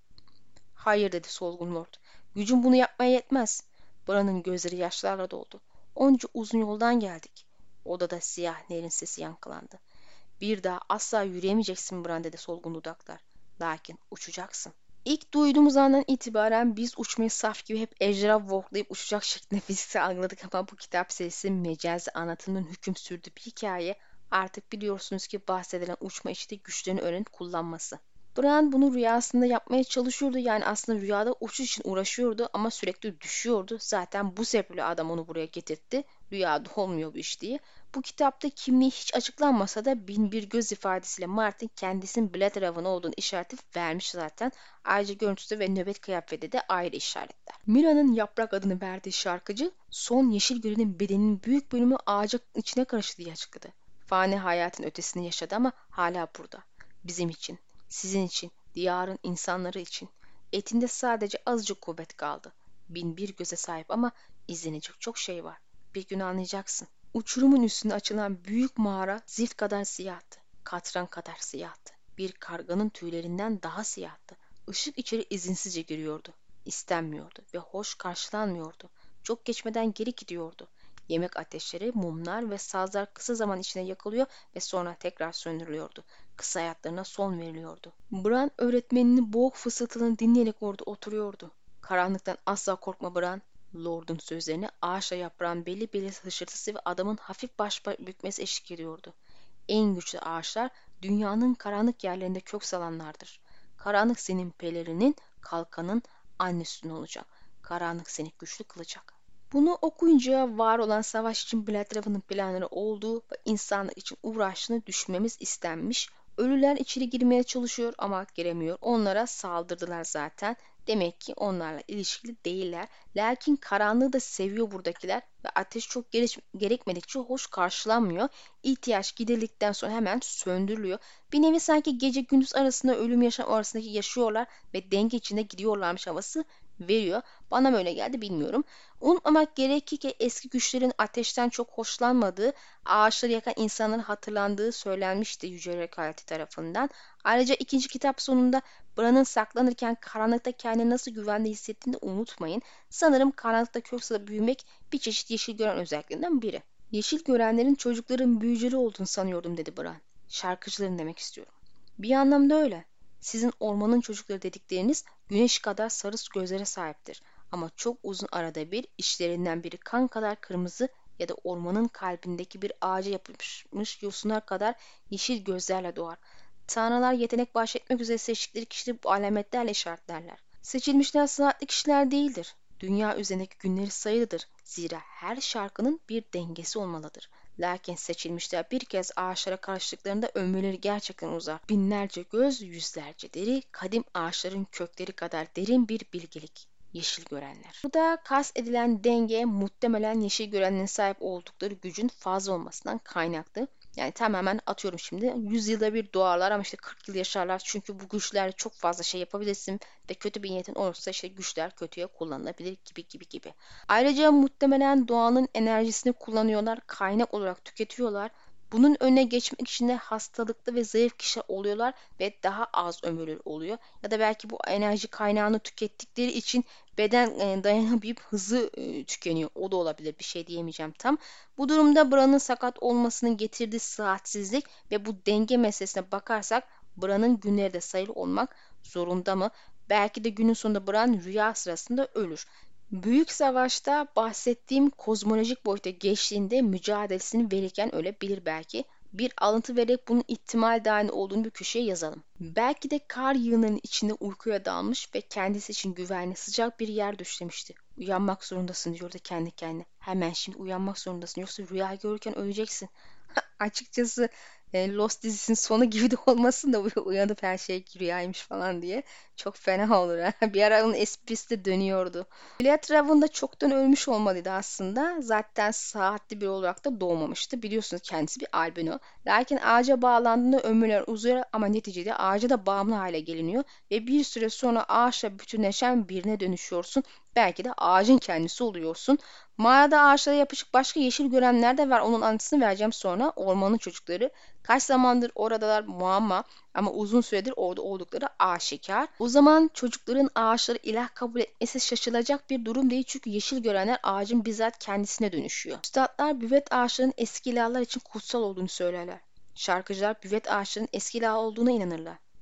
Hayır dedi Solgun Lord. Gücüm bunu yapmaya yetmez. Bran'ın gözleri yaşlarla doldu. Onca uzun yoldan geldik. Odada siyah nehrin sesi yankılandı. Bir daha asla yürüyemeyeceksin Bran dedi solgun dudaklar. Lakin uçacaksın. İlk duyduğumuz andan itibaren biz uçmayı saf gibi hep ejderha walklayıp uçacak şeklinde fiziksel algıladık ama bu kitap serisi mecazi anlatımının hüküm sürdüğü bir hikaye. Artık biliyorsunuz ki bahsedilen uçma işte güçlerini öğrenip kullanması. Bran bunu rüyasında yapmaya çalışıyordu. Yani aslında rüyada uçuş için uğraşıyordu ama sürekli düşüyordu. Zaten bu sebeple adam onu buraya getirtti. Rüyada olmuyor bu iş diye. Bu kitapta kimliği hiç açıklanmasa da bin bir göz ifadesiyle Martin kendisinin Blood Raven olduğunu işareti vermiş zaten. Ayrıca görüntüsü ve nöbet kıyafeti de ayrı işaretler. Mira'nın Yaprak adını verdiği şarkıcı son yeşil görenin bedeninin büyük bölümü ağacın içine karıştı diye açıkladı. Fani hayatın ötesini yaşadı ama hala burada. Bizim için, sizin için, diyarın insanları için. Etinde sadece azıcık kuvvet kaldı. Bin bir göze sahip ama izlenecek çok şey var. Bir gün anlayacaksın. Uçurumun üstünde açılan büyük mağara zift kadar siyahtı. Katran kadar siyahtı. Bir karganın tüylerinden daha siyahtı. Işık içeri izinsizce giriyordu. İstenmiyordu ve hoş karşılanmıyordu. Çok geçmeden geri gidiyordu. Yemek ateşleri, mumlar ve sazlar kısa zaman içinde yakılıyor ve sonra tekrar söndürülüyordu. Kısa hayatlarına son veriliyordu. Bran öğretmeninin boğuk fısıltılarını dinleyerek orada oturuyordu. Karanlıktan asla korkma Bran. Lord'un sözlerini ağaçla yaprağın belli belli hışırtısı ve adamın hafif baş bükmesi eşlik ediyordu. En güçlü ağaçlar dünyanın karanlık yerlerinde kök salanlardır. Karanlık senin pelerinin, kalkanın, anne sütun olacak. Karanlık seni güçlü kılacak. Bunu okuyunca var olan savaş için Blatrava'nın planları olduğu ve insanlık için uğraştığını düşünmemiz istenmiş. Ölüler içeri girmeye çalışıyor ama giremiyor. Onlara saldırdılar zaten. Demek ki onlarla ilişkili değiller. Lakin karanlığı da seviyor buradakiler ve ateş çok gerekmedikçe hoş karşılanmıyor. İhtiyaç giderildikten sonra hemen söndürülüyor. Bir nevi sanki gece gündüz arasında ölüm yaşam arasındaki yaşıyorlar ve denge içinde gidiyorlarmış havası veriyor. Bana mı öyle geldi bilmiyorum. Unutmamak gerekir ki eski güçlerin ateşten çok hoşlanmadığı, ağaçları yakan insanların hatırlandığı söylenmişti Yüce Rekaleti tarafından. Ayrıca ikinci kitap sonunda Bran'ın saklanırken karanlıkta kendini nasıl güvende hissettiğini de unutmayın. Sanırım karanlıkta kök salıp büyümek bir çeşit yeşil gören özelliklerinden biri. Yeşil görenlerin çocukların büyücüleri olduğunu sanıyordum dedi Bran. Şarkıcıların demek istiyorum. Bir anlamda öyle. Sizin ormanın çocukları dedikleriniz güneş kadar sarı gözlere sahiptir. Ama çok uzun arada bir işlerinden biri kan kadar kırmızı ya da ormanın kalbindeki bir ağaca yapışmış yosunlar kadar yeşil gözlerle doğar. Tanrılar yetenek bahşetmek üzere seçtikleri kişileri bu alametlerle işaretlerler. Seçilmişler sıhhatli kişiler değildir. Dünya üzerindeki günleri sayılıdır. Zira her şarkının bir dengesi olmalıdır. Lakin seçilmişler bir kez ağaçlara karıştıklarında ömürleri gerçekten uzar. Binlerce göz, yüzlerce deri, kadim ağaçların kökleri kadar derin bir bilgelik. Yeşil görenler. Burada kast edilen denge muhtemelen yeşil görenlerin sahip oldukları gücün fazla olmasından kaynaklı. Yani tamamen atıyorum şimdi 100 yılda bir doğarlar ama işte 40 yıl yaşarlar. Çünkü bu güçlerle çok fazla şey yapabilirsin ve kötü bir niyetin olursa işte güçler kötüye kullanılabilir gibi. Ayrıca muhtemelen doğanın enerjisini kullanıyorlar, kaynak olarak tüketiyorlar. Bunun önüne geçmek için de hastalıklı ve zayıf kişi oluyorlar ve daha az ömürleri oluyor. Ya da belki bu enerji kaynağını tükettikleri için beden dayanamayıp hızlı tükeniyor. O da olabilir. Bir şey diyemeyeceğim tam. Bu durumda Bran'ın sakat olmasının getirdiği sıhhatsizlik ve bu denge meselesine bakarsak Bran'ın günleri de sayılı olmak zorunda mı? Belki de günün sonunda Bran rüya sırasında ölür. Büyük Savaş'ta bahsettiğim kozmolojik boyuta geçtiğinde mücadelesini verirken ölebilir belki. Bir alıntı vererek bunun ihtimal dahil olduğunu bir köşeye yazalım. Belki de kar yığınlarının içinde uykuya dalmış ve kendisi için güvenli sıcak bir yer düşlemişti. Uyanmak zorundasın diyordu kendi kendine. Hemen şimdi uyanmak zorundasın yoksa rüya görürken öleceksin. Açıkçası Lost dizisinin sonu gibi de olmasın da uyanıp her şey rüyaymış falan diye. Çok fena olur ha. Bir ara onun esprisi de dönüyordu. Juliet Raven da çoktan ölmüş olmalıydı aslında. Zaten saatli bir olarak da doğmamıştı. Biliyorsunuz kendisi bir albino. Lakin ağaca bağlandığında ömürler uzuyor ama neticede ağaca da bağımlı hale geliniyor. Ve bir süre sonra ağaçla bütünleşen birine dönüşüyorsun. Belki de ağacın kendisi oluyorsun. Mağarada ağaçlara yapışık başka yeşil görenler de var. Onun anısını vereceğim sonra. Ormanın çocukları. Kaç zamandır oradalar muamma ama uzun süredir orada oldukları aşikar. O zaman çocukların ağaçları ilah kabul etmesi şaşılacak bir durum değil çünkü yeşil görenler ağacın bizzat kendisine dönüşüyor. Üstadlar büvet ağaçlarının eski ilahlar için kutsal olduğunu söylerler. Şarkıcılar büvet ağaçlarının eski ilah olduğuna inanırlar.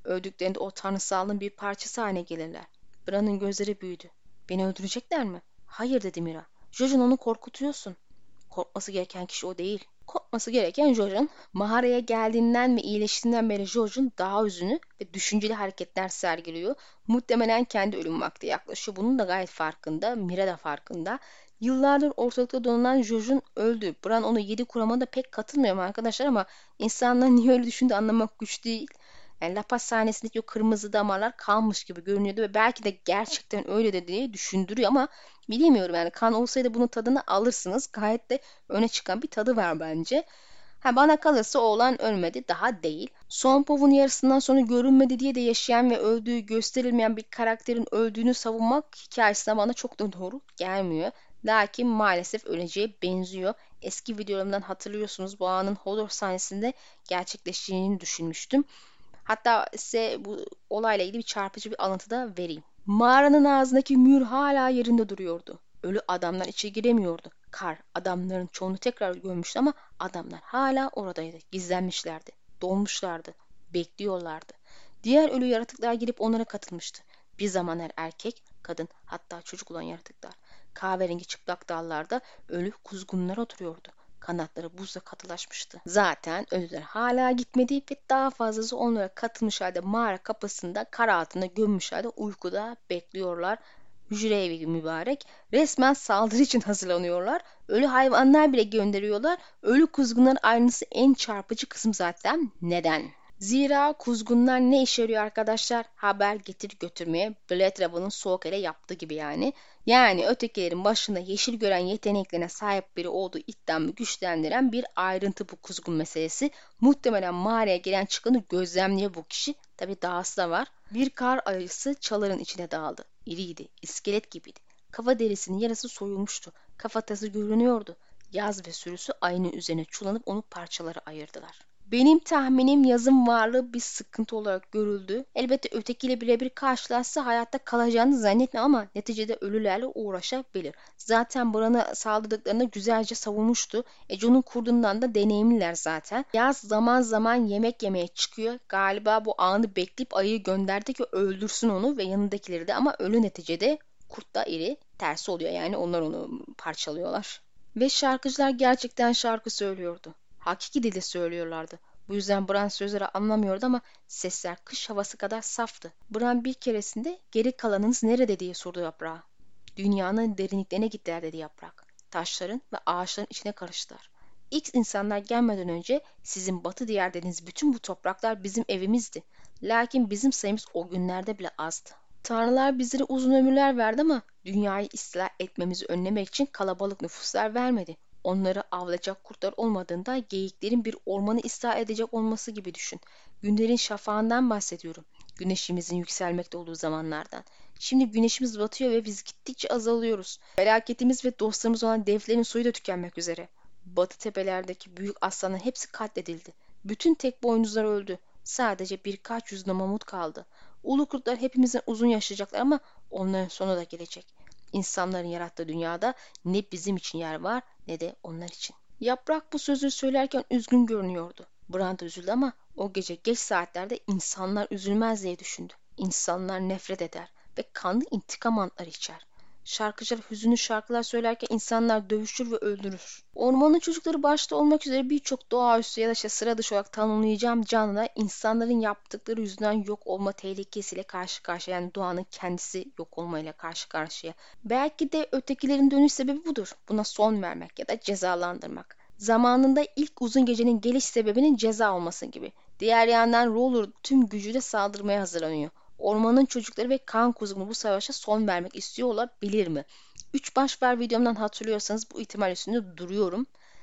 Öldüklerinde o tanrısalın bir parçası haline gelirler. Bran'ın gözleri büyüdü. Beni öldürecekler mi? Hayır dedi Mira. Jojen onu korkutuyorsun. Korkması gereken kişi o değil. Korkması gereken Jojen. Mağaraya geldiğinden ve iyileştiğinden beri Jojen daha üzünlü ve düşünceli hareketler sergiliyor. Muhtemelen kendi ölüm vakti yaklaşıyor. Bunun da gayet farkında. Mira da farkında. Yıllardır ortalıkta dolanılan Jojen öldü. Bran onu yedi kuramına da pek katılmıyorum arkadaşlar ama insanların niye öyle düşündüğü anlamak güç değil. Yani La Paz sahnesindeki o kırmızı damarlar kalmış gibi görünüyordu ve belki de gerçekten öyle de diye düşündürüyor ama bilemiyorum yani kan olsaydı bunun tadını alırsınız. Gayet de öne çıkan bir tadı var bence. Ha, bana kalırsa oğlan ölmedi, daha değil. Son povun yarısından sonra görünmedi diye de yaşayan ve öldüğü gösterilmeyen bir karakterin öldüğünü savunmak hikayesine bana çok da doğru gelmiyor. Lakin maalesef öleceğe benziyor. Eski videolarımdan hatırlıyorsunuz bu anın Hodor sahnesinde gerçekleştiğini düşünmüştüm. Hatta size bu olayla ilgili bir çarpıcı bir alıntı da vereyim. Mağaranın ağzındaki mühür hala yerinde duruyordu. Ölü adamlar içeri giremiyordu. Kar adamların çoğunu tekrar gömmüştü ama adamlar hala oradaydı. Gizlenmişlerdi. Donmuşlardı. Bekliyorlardı. Diğer ölü yaratıklar girip onlara katılmıştı. Bir zamanlar erkek, kadın hatta çocuk olan yaratıklar. Kahverengi çıplak dallarda ölü kuzgunlar oturuyordu. Kanatları buzla katılaşmıştı. Zaten ölüler hala gitmedi ve daha fazlası onlara katılmış halde mağara kapısında kar altında gömmüş halde uykuda bekliyorlar. Hücre evi mübarek. Resmen saldırı için hazırlanıyorlar. Ölü hayvanlar bile gönderiyorlar. Ölü kuzgunların ayrıntısı en çarpıcı kısım zaten. Neden? Zira kuzgunlar ne işe yarıyor arkadaşlar? Haber getir götürmeye. Blade Raven'ın soğuk ele yaptığı gibi yani. Yani ötekilerin başında yeşil gören yeteneklerine sahip biri olduğu iddiamı güçlendiren bir ayrıntı bu kuzgun meselesi. Muhtemelen mağaraya gelen çıkanı gözlemliyor bu kişi. Tabi dahası da var. Bir kar ayısı çaların içine daldı. İriydi, iskelet gibiydi. Kafa derisinin yarısı soyulmuştu. Kafatası görünüyordu. Yaz ve sürüsü ayının üzerine çullanıp onu parçalara ayırdılar. Benim tahminim yazın varlığı bir sıkıntı olarak görüldü. Elbette ötekiyle birebir karşılaşsa hayatta kalacağını zannetmem ama neticede ölülerle uğraşabilir. Zaten Bran'a saldırdıklarında güzelce savunmuştu. Jon'un kurdundan da deneyimliler zaten. Yaz zaman zaman yemek yemeye çıkıyor. Galiba bu anı bekleyip ayıyı gönderdi ki öldürsün onu ve yanındakileri de ama ölü neticede kurt da iri. Tersi oluyor yani onlar onu parçalıyorlar. Ve şarkıcılar gerçekten şarkı söylüyordu. Hakiki dilde söylüyorlardı. Bu yüzden Bran sözleri anlamıyordu ama sesler kış havası kadar saftı. Bran bir keresinde geri kalanınız nerede diye sordu yaprağa. Dünyanın derinliklerine gittiler dedi yaprak. Taşların ve ağaçların içine karıştılar. İlk insanlar gelmeden önce sizin batı diyar dediğiniz bütün bu topraklar bizim evimizdi. Lakin bizim sayımız o günlerde bile azdı. Tanrılar bizlere uzun ömürler verdi ama dünyayı istila etmemizi önlemek için kalabalık nüfuslar vermedi. Onları avlayacak kurtlar olmadığında geyiklerin bir ormanı istila edecek olması gibi düşün. Günlerin şafağından bahsediyorum. Güneşimizin yükselmekte olduğu zamanlardan. Şimdi güneşimiz batıyor ve biz gittikçe azalıyoruz. Felaketimiz ve dostlarımız olan devlerin soyu da tükenmek üzere. Batı tepelerdeki büyük aslanların hepsi katledildi. Bütün tek boynuzlar öldü. Sadece birkaç yüz mamut kaldı. Ulu kurtlar hepimizden uzun yaşayacaklar ama onların sonu da gelecek. İnsanların yarattığı dünyada ne bizim için yer var ne de onlar için. Yaprak bu sözü söylerken üzgün görünüyordu. Bran da üzüldü ama o gece geç saatlerde insanlar üzülmez diye düşündü. İnsanlar nefret eder ve kanlı intikam antları içer. Şarkıcılar hüzünlü şarkılar söylerken insanlar dövüşür ve öldürür. Ormanın çocukları başta olmak üzere birçok doğaüstü ya da sıra dışı olarak tanımlayacağım canlılar insanların yaptıkları yüzünden yok olma tehlikesiyle karşı karşıya yani doğanın kendisi yok olmayla karşı karşıya. Belki de ötekilerin dönüş sebebi budur. Buna son vermek ya da cezalandırmak. Zamanında ilk uzun gecenin geliş sebebinin ceza olması gibi. Diğer yandan Roller tüm gücüyle saldırmaya hazırlanıyor. Ormanın çocukları ve kan kuzgunu bu savaşa son vermek istiyor olabilir mi? 3 baş ver videomdan hatırlıyorsanız bu ihtimal üstünde duruyorum.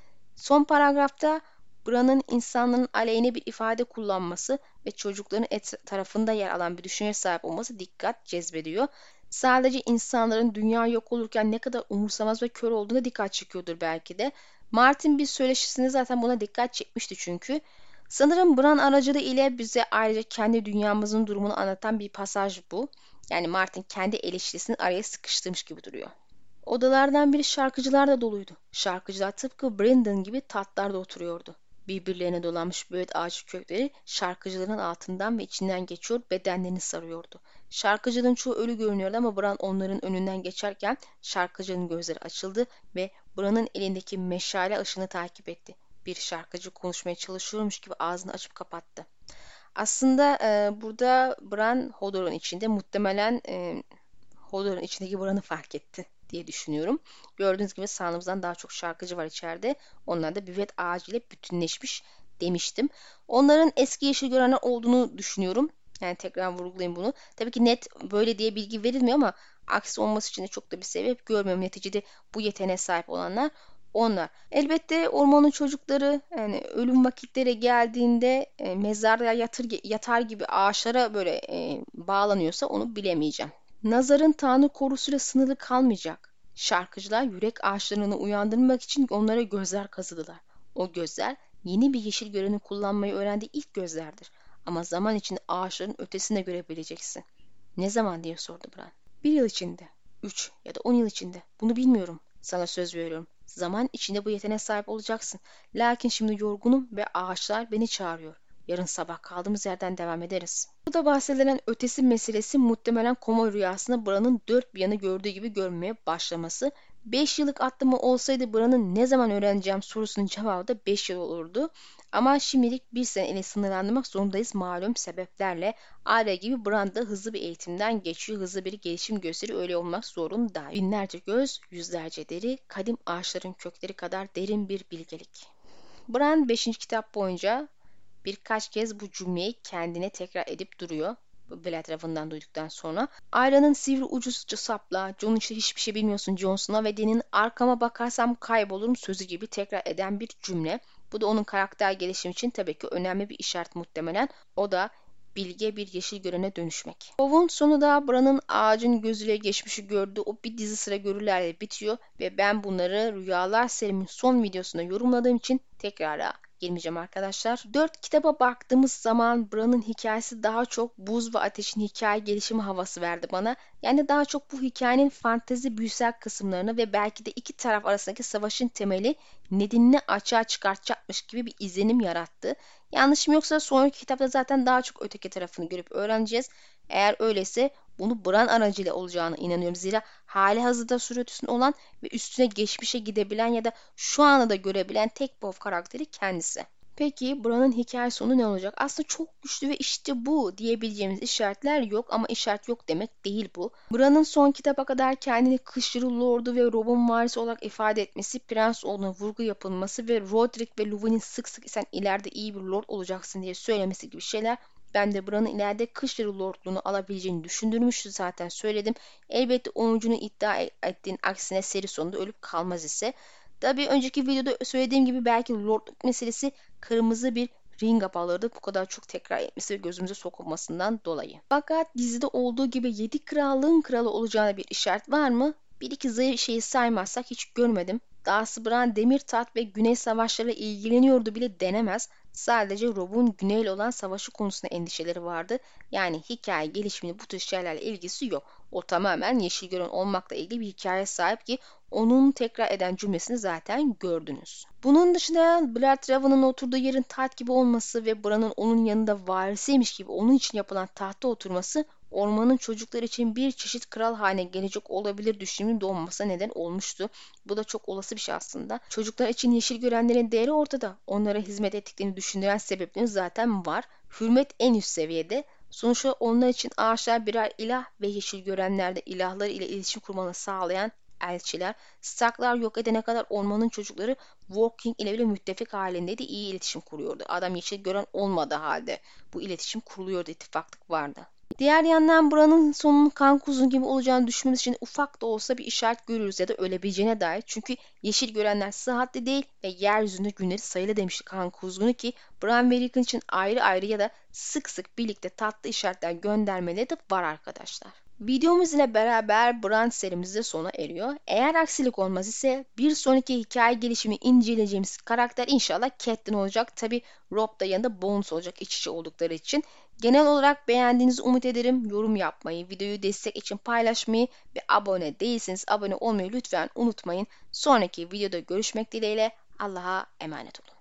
Son paragrafta Bran'ın insanların aleyhine bir ifade kullanması ve çocukların tarafında yer alan bir düşünceye sahip olması dikkat cezbediyor. Sadece insanların dünya yok olurken ne kadar umursamaz ve kör olduğuna dikkat çekiyordur belki de. Martin bir söyleşisinde zaten buna dikkat çekmişti çünkü. Sanırım Bran aracılığı ile bize ayrıca kendi dünyamızın durumunu anlatan bir pasaj bu. Yani Martin kendi eleştirisini araya sıkıştırmış gibi duruyor. Odalardan biri şarkıcılar da doluydu. Şarkıcılar tıpkı Brandon gibi tatlarda oturuyordu. Birbirlerine dolanmış böğüt ağacı kökleri şarkıcıların altından ve içinden geçiyor, bedenlerini sarıyordu. Şarkıcının çoğu ölü görünüyordu ama Bran onların önünden geçerken şarkıcının gözleri açıldı ve Bran'ın elindeki meşale ışını takip etti. Bir şarkıcı konuşmaya çalışıyormuş gibi ağzını açıp kapattı. Aslında burada Bran Hodor'un içinde, muhtemelen Hodor'un içindeki Bran'ı fark etti diye düşünüyorum. Gördüğünüz gibi sağımızdan daha çok şarkıcı var içeride. Onlar da büvet ağacı ile bütünleşmiş demiştim. Onların eski yeşil görenler olduğunu düşünüyorum. Yani tekrar vurgulayayım bunu. Tabii ki net böyle diye bilgi verilmiyor ama aksi olması için de çok da bir sebep görmüyorum. Neticede bu yeteneğe sahip olanlar onlar. Elbette ormanın çocukları, yani ölüm vakitleri geldiğinde mezarda yatar gibi ağaçlara böyle bağlanıyorsa onu bilemeyeceğim. Nazar'ın Tanrı korusuyla sınırlı kalmayacak. Şarkıcılar yürek ağaçlarını uyandırmak için onlara gözler kazıdılar. O gözler yeni bir yeşil göreni kullanmayı öğrendiği ilk gözlerdir. Ama zaman içinde ağaçların ötesini de görebileceksin. Ne zaman diye sordu Bran. 1 yıl içinde, 3 ya da 10 yıl içinde. Bunu bilmiyorum. Sana söz veriyorum. Zaman içinde bu yeteneğe sahip olacaksın. Lakin şimdi yorgunum ve ağaçlar beni çağırıyor. Yarın sabah kaldığımız yerden devam ederiz. Burada bahsedilen ötesi meselesi muhtemelen koma rüyasında Bran'ın dört bir yanı gördüğü gibi görmeye başlaması. 5 yıllık atlama olsaydı Bran'ın ne zaman öğreneceğim sorusunun cevabı da 5 yıl olurdu. Ama şimdilik 1 sene ile sınırlandırmak zorundayız malum sebeplerle. Arya gibi Bran da hızlı bir eğitimden geçiyor. Hızlı bir gelişim gösteriyor. Öyle olmak zorunda. Binlerce göz, yüzlerce deri, kadim ağaçların kökleri kadar derin bir bilgelik. Bran 5. kitap boyunca birkaç kez bu cümleyi kendine tekrar edip duruyor. Vlad tarafından duyduktan sonra. Arya'nın sivri ucu sapla, Jon işte hiçbir şey bilmiyorsun Jon ve Dany'nin arkama bakarsam kaybolurum sözü gibi tekrar eden bir cümle. Bu da onun karakter gelişimi için tabii ki önemli bir işaret muhtemelen. O da bilge bir yeşil görene dönüşmek. Ov'un sonu da Bran'ın ağacın gözüyle geçmişi gördüğü o bir dizi sıra görülerle bitiyor ve ben bunları Rüyalar serimin son videosunda yorumladığım için tekrara girmeyeceğim arkadaşlar. 4 kitaba baktığımız zaman Bran'ın hikayesi daha çok buz ve ateşin hikaye gelişimi havası verdi bana. Yani daha çok bu hikayenin fantezi büyüsel kısımlarını ve belki de iki taraf arasındaki savaşın temeli nedenini açığa çıkartacakmış gibi bir izlenim yarattı. Yanlışım yoksa sonraki kitapta zaten daha çok öteki tarafını görüp öğreneceğiz. Eğer öyleyse bunu Bran aracıyla olacağına inanıyorum. Zira hali hazırda süre olan ve üstüne geçmişe gidebilen ya da şu anda da görebilen tek WoW karakteri kendisi. Peki Bran'ın hikaye sonu ne olacak? Aslında çok güçlü ve işte bu diyebileceğimiz işaretler yok ama işaret yok demek değil bu. Bran'ın son kitaba kadar kendini Kışırı Lord'u ve Robb'un varisi olarak ifade etmesi, prens olduğuna vurgu yapılması ve Roderick ve Luwin'in sık sık sen ileride iyi bir lord olacaksın diye söylemesi gibi şeyler ben de Bran'ın ileride Kışırı Lord'luğunu alabileceğini düşündürmüştü zaten söyledim. Elbette oyuncunun iddia ettiğin aksine seri sonunda ölüp kalmaz ise. Tabii önceki videoda söylediğim gibi belki lordluk meselesi kırmızı bir ring up alırdı. Bu kadar çok tekrar etmesi ve gözümüze sokulmasından dolayı. Fakat dizide olduğu gibi 7 krallığın kralı olacağına bir işaret var mı? Bir iki zayıf şeyi saymazsak hiç görmedim. Dahası Bran Demirtaht ve Güney Savaşlarıyla ilgileniyordu bile denemez. Sadece Robb'un güneyle olan savaşı konusunda endişeleri vardı. Yani hikaye gelişiminin bu tür şeylerle ilgisi yok. O tamamen yeşil gören olmakla ilgili bir hikaye sahip ki onun tekrar eden cümlesini zaten gördünüz. Bunun dışında Blood Raven'ın oturduğu yerin taht gibi olması ve Bran'ın onun yanında varisiymiş gibi onun için yapılan tahta oturması ormanın çocuklar için bir çeşit kral haline gelecek olabilir düşünümün doğmasına neden olmuştu. Bu da çok olası bir şey aslında. Çocuklar için yeşil görenlerin değeri ortada. Onlara hizmet ettiklerini düşündüren sebepleri zaten var. Hürmet en üst seviyede. Sonuçta onlar için ağaçlar birer ilah ve yeşil görenler de ilahları ile iletişim kurmanı sağlayan elçiler. Starklar yok edene kadar ormanın çocukları Walking ile bile müttefik halindeydi. İyi iletişim kuruyordu. Adam yeşil gören olmadığı halde bu iletişim kuruluyordu. İttifaklık vardı. Diğer yandan buranın sonunun kan kuzun gibi olacağını düşünmemiz için ufak da olsa bir işaret görürüz ya da ölebileceğine dair. Çünkü yeşil görenler sıhhatli değil ve yeryüzünde günleri sayılı demişti kan kuzgunu ki Bran ve Rickon için ayrı ayrı ya da sık sık birlikte tatlı işaretler göndermeleri de var arkadaşlar. Videomuz ile beraber Bran serimiz de sona eriyor. Eğer aksilik olmaz ise bir sonraki hikaye gelişimi inceleyeceğimiz karakter inşallah Catelyn olacak. Tabi Robb da yanında Bones olacak iç içe oldukları için. Genel olarak beğendiğinizi umut ederim. Yorum yapmayı, videoyu destek için paylaşmayı ve abone değilseniz abone olmayı lütfen unutmayın. Sonraki videoda görüşmek dileğiyle Allah'a emanet olun.